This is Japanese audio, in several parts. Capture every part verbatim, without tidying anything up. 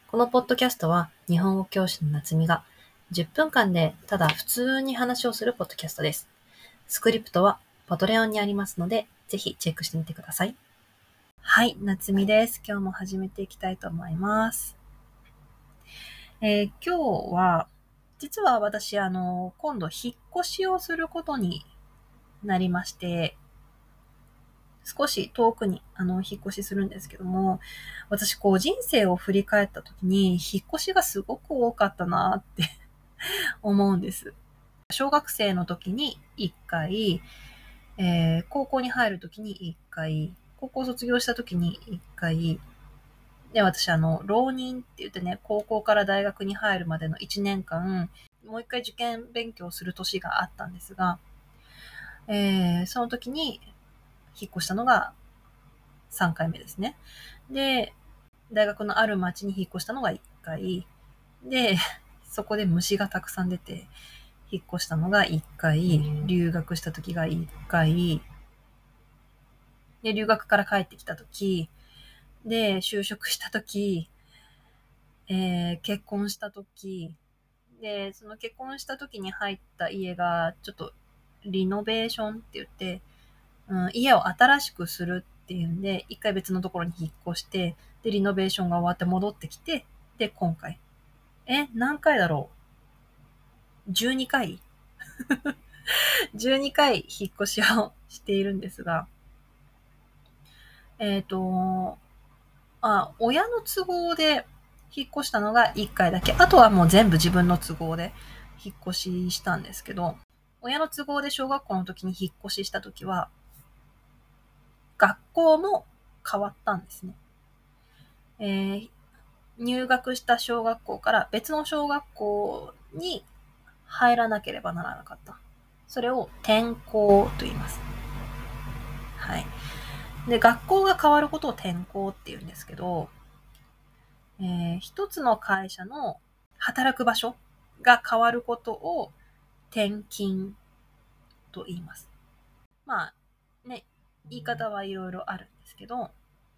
このポッドキャストは日本語教師の夏美がじゅっぷんかんでただ普通に話をするポッドキャストです。スクリプトはパトレオンにありますので、ぜひチェックしてみてください。はい、夏美です。今日も始めていきたいと思います。えー、今日は、実は私、あの、今度引っ越しをすることになりまして、少し遠くにあの引っ越しするんですけども、私こう人生を振り返った時に引っ越しがすごく多かったなって思うんです。小学生の時にいっかい、えー、高校に入る時にいっかい、高校卒業した時にいっかい、で、私あの、浪人って言ってね、高校から大学に入るまでのいちねんかん、もう一回受験勉強する年があったんですが、えー、その時に引っ越したのがさんかいめですね。で、大学のある町に引っ越したのがいっかい。で、そこで虫がたくさん出て、引っ越したのがいっかい。留学した時がいっかい。で、留学から帰ってきた時。で、就職した時。えー、結婚した時。で、その結婚した時に入った家が、ちょっとリノベーションって言って、うん、家を新しくするっていうんで、一回別のところに引っ越して、で、リノベーションが終わって戻ってきて、で、今回。え、何回だろう ?じゅうに 回 ?じゅうに 回引っ越しをしているんですが、えっ、と、あ、親の都合で引っ越したのがいっかいだけ。あとはもう全部自分の都合で引っ越ししたんですけど、親の都合で小学校の時に引っ越しした時は、学校も変わったんですね。えー入学した小学校から別の小学校に入らなければならなかった。それを転校と言います。はい。で、学校が変わることを転校って言うんですけど、えー、一つの会社の働く場所が変わることを転勤と言います。まあ、ね、言い方はいろいろあるんですけど、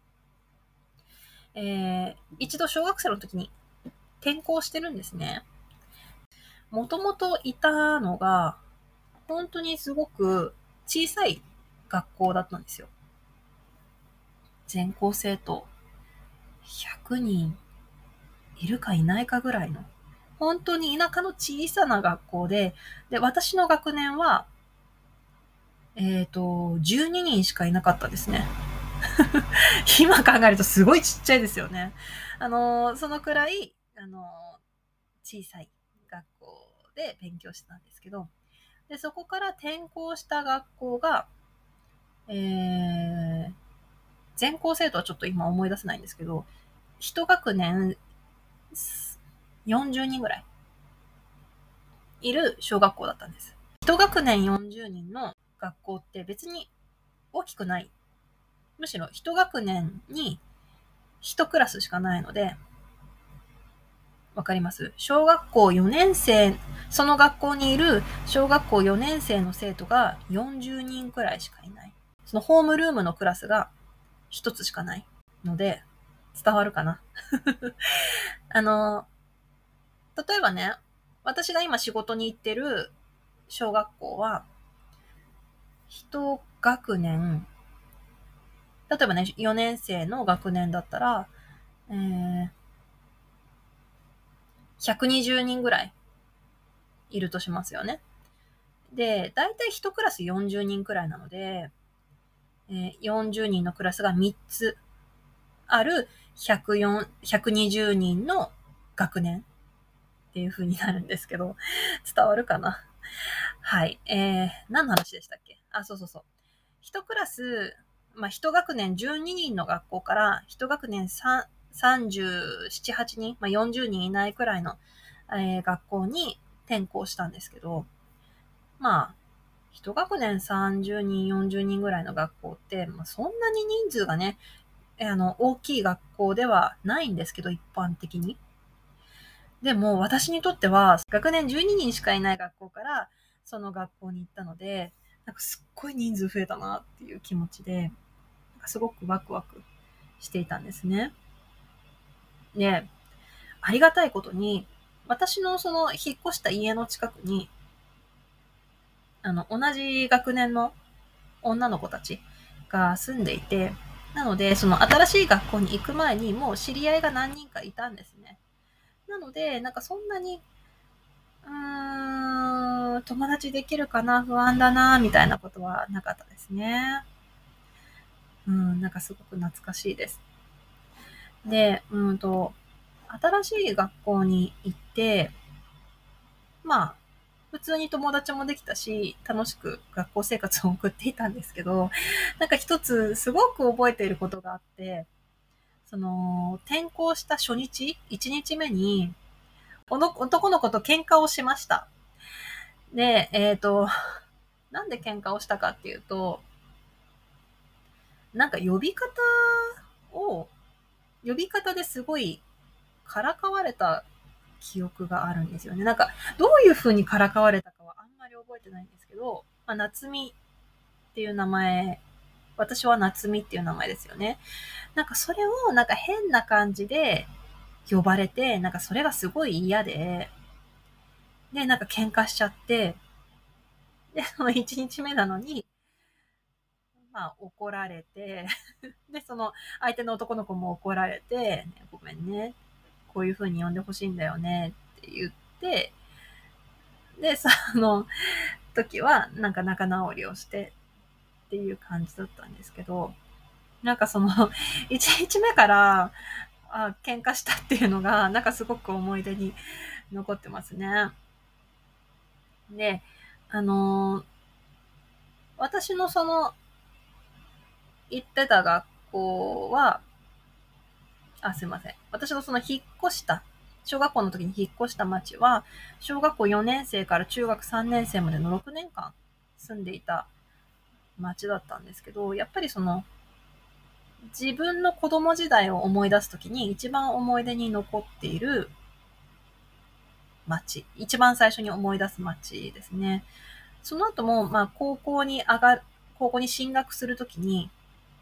えー、一度小学生の時に転校してるんですね。もともといたのが、本当にすごく小さい学校だったんですよ。全校生徒ひゃくにんいるかいないかぐらいの、本当に田舎の小さな学校で、で、私の学年は、えっと、じゅうににんしかいなかったですね。今考えるとすごいちっちゃいですよね。あの、そのくらい、あの、小さい学校で勉強してたんですけど、で、そこから転校した学校が、えー、全校生徒はちょっと今思い出せないんですけど、一学年よんじゅうにんぐらいいる小学校だったんです。一学年よんじゅうにんの学校って別に大きくない。むしろ一学年に一クラスしかないので、わかります？小学校よねん生、その学校にいる小学校よねん生の生徒がよんじゅうにんくらいしかいない。そのホームルームのクラスが一つしかないので、伝わるかなあの、例えばね、私が今仕事に行ってる小学校は、一学年、例えばね、よねん生の学年だったら、えー、ひゃくにじゅうにんぐらいいるとしますよね。で、だいたい一クラスよんじゅうにんくらいなので、えー、よんじゅうにんのクラスがみっつあるひゃくよん、ひゃくにじゅうにんの学年っていう風になるんですけど、伝わるかな？はい。えー、何の話でしたっけ？あ、そうそうそう。一クラス、まあ、一学年じゅうににんの学校から、一学年さんじゅうなな、はちにん、まあ、よんじゅうにんいないくらいの、えー、学校に転校したんですけど、まあ、一学年さんじゅうにん、よんじゅうにんぐらいの学校って、まあ、そんなに人数がね、あの、大きい学校ではないんですけど、一般的に。でも、私にとっては、学年じゅうににんしかいない学校から、その学校に行ったので、なんかすっごい人数増えたなっていう気持ちで、なんかすごくワクワクしていたんですね。で、 ありがたいことに、私のその引っ越した家の近くに、あの、同じ学年の女の子たちが住んでいて、なので、その新しい学校に行く前にもう知り合いが何人かいたんですね。なので、なんかそんなに、うーん、友達できるかな、不安だな、みたいなことはなかったですね。うん、なんかすごく懐かしいです。で、うんと、新しい学校に行って、まあ、普通に友達もできたし、楽しく学校生活を送っていたんですけど、なんか一つすごく覚えていることがあって、その、転校した初日、いちにちめに、おの男の子と喧嘩をしました。で、えっ、と、なんで喧嘩をしたかっていうと、なんか呼び方を、呼び方ですごいからかわれた記憶があるんですよね。なんか、どういう風にからかわれたかはあんまり覚えてないんですけど、まあ、夏美っていう名前、私は夏美っていう名前ですよね。なんかそれをなんか変な感じで呼ばれて、なんかそれがすごい嫌で、で、なんか喧嘩しちゃって、で、そのいちにちめなのに、まあ怒られて、で、その相手の男の子も怒られて、ね、ごめんね、こういう風に呼んでほしいんだよねって言って、で、その時はなんか仲直りをしてっていう感じだったんですけど、なんかそのいちにちめからあ喧嘩したっていうのがなんかすごく思い出に残ってますね。で、あのー私のその行ってた学校は、あ、すいません。私のその引っ越した、小学校の時に引っ越した町は、小学校よねん生から中学さんねん生までのろくねんかん住んでいた町だったんですけど、やっぱりその、自分の子供時代を思い出すときに一番思い出に残っている町。一番最初に思い出す町ですね。その後も、まあ、高校に上がる、高校に進学するときに、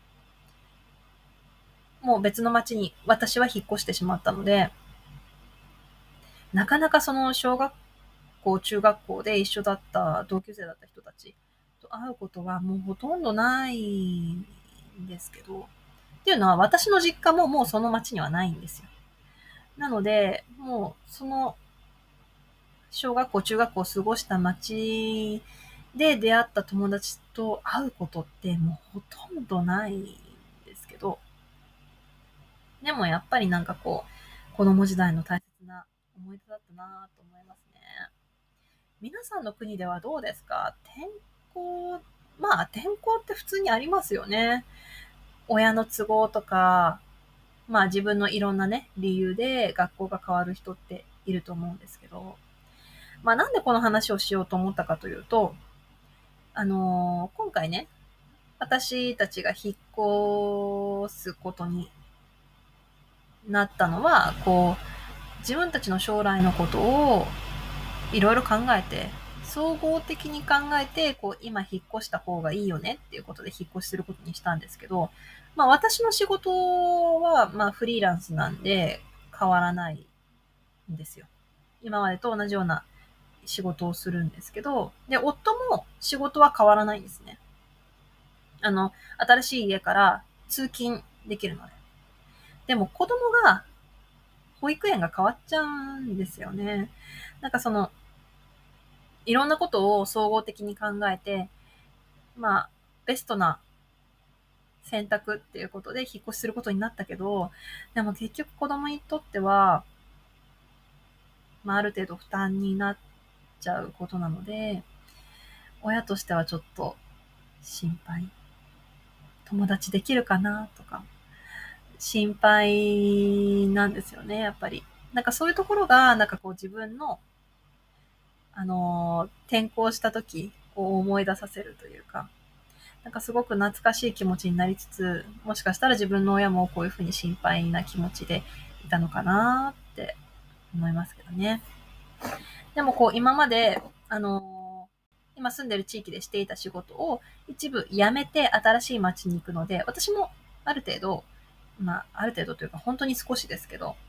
もう別の町に私は引っ越してしまったので、なかなかその小学校、中学校で一緒だった同級生だった人たちと会うことはもうほとんどないんですけど、っていうのは私の実家ももうその町にはないんですよ。なので、もうその小学校、中学校を過ごした町で出会った友達と会うことってもうほとんどないんですけど、でもやっぱりなんかこう、子供時代の大切な思い出だったなと思いますね。皆さんの国ではどうですか？転校、まあ転校って普通にありますよね。親の都合とか、まあ自分のいろんなね、理由で学校が変わる人っていると思うんですけど、まあなんでこの話をしようと思ったかというと、あのー今回ね、私たちが引っ越すことになったのは、こう、自分たちの将来のことをいろいろ考えて、総合的に考えて、こう、今引っ越した方がいいよねっていうことで引っ越しすることにしたんですけど、まあ私の仕事は、まあフリーランスなんで変わらないんですよ。今までと同じような仕事をするんですけど、で、夫も仕事は変わらないんですね。あの、新しい家から通勤できるので。でも子供が保育園が変わっちゃうんですよね。なんかその、いろんなことを総合的に考えて、まあ、ベストな選択っていうことで引っ越しすることになったけど、でも結局子供にとっては、まあある程度負担になっちゃうことなので、親としてはちょっと心配。友達できるかなとか、心配なんですよね、やっぱり。なんかそういうところが、なんかこう自分の、あのー転校した時を思い出させるというか、なんかすごく懐かしい気持ちになりつつ、もしかしたら自分の親もこういうふうに心配な気持ちでいたのかなって思いますけどね。でもこう今まで、あのー今住んでる地域でしていた仕事を一部辞めて新しい街に行くので、私もある程度、まあ、ある程度というか本当に少しですけど、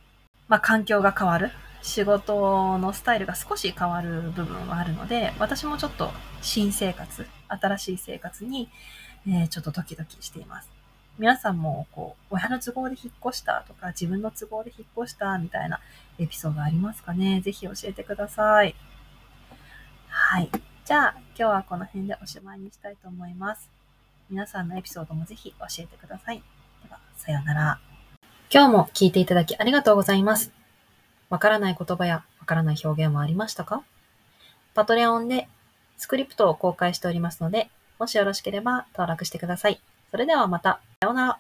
まあ、環境が変わる。仕事のスタイルが少し変わる部分はあるので、私もちょっと新生活、新しい生活に、えーちょっとドキドキしています。皆さんも、こう、親の都合で引っ越したとか、自分の都合で引っ越したみたいなエピソードありますかね？ぜひ教えてください。はい。じゃあ、今日はこの辺でおしまいにしたいと思います。皆さんのエピソードもぜひ教えてください。では、さようなら。今日も聞いていただきありがとうございます。わからない言葉やわからない表現はありましたか？パトレオンでスクリプトを公開しておりますので、もしよろしければ登録してください。それではまた。さようなら。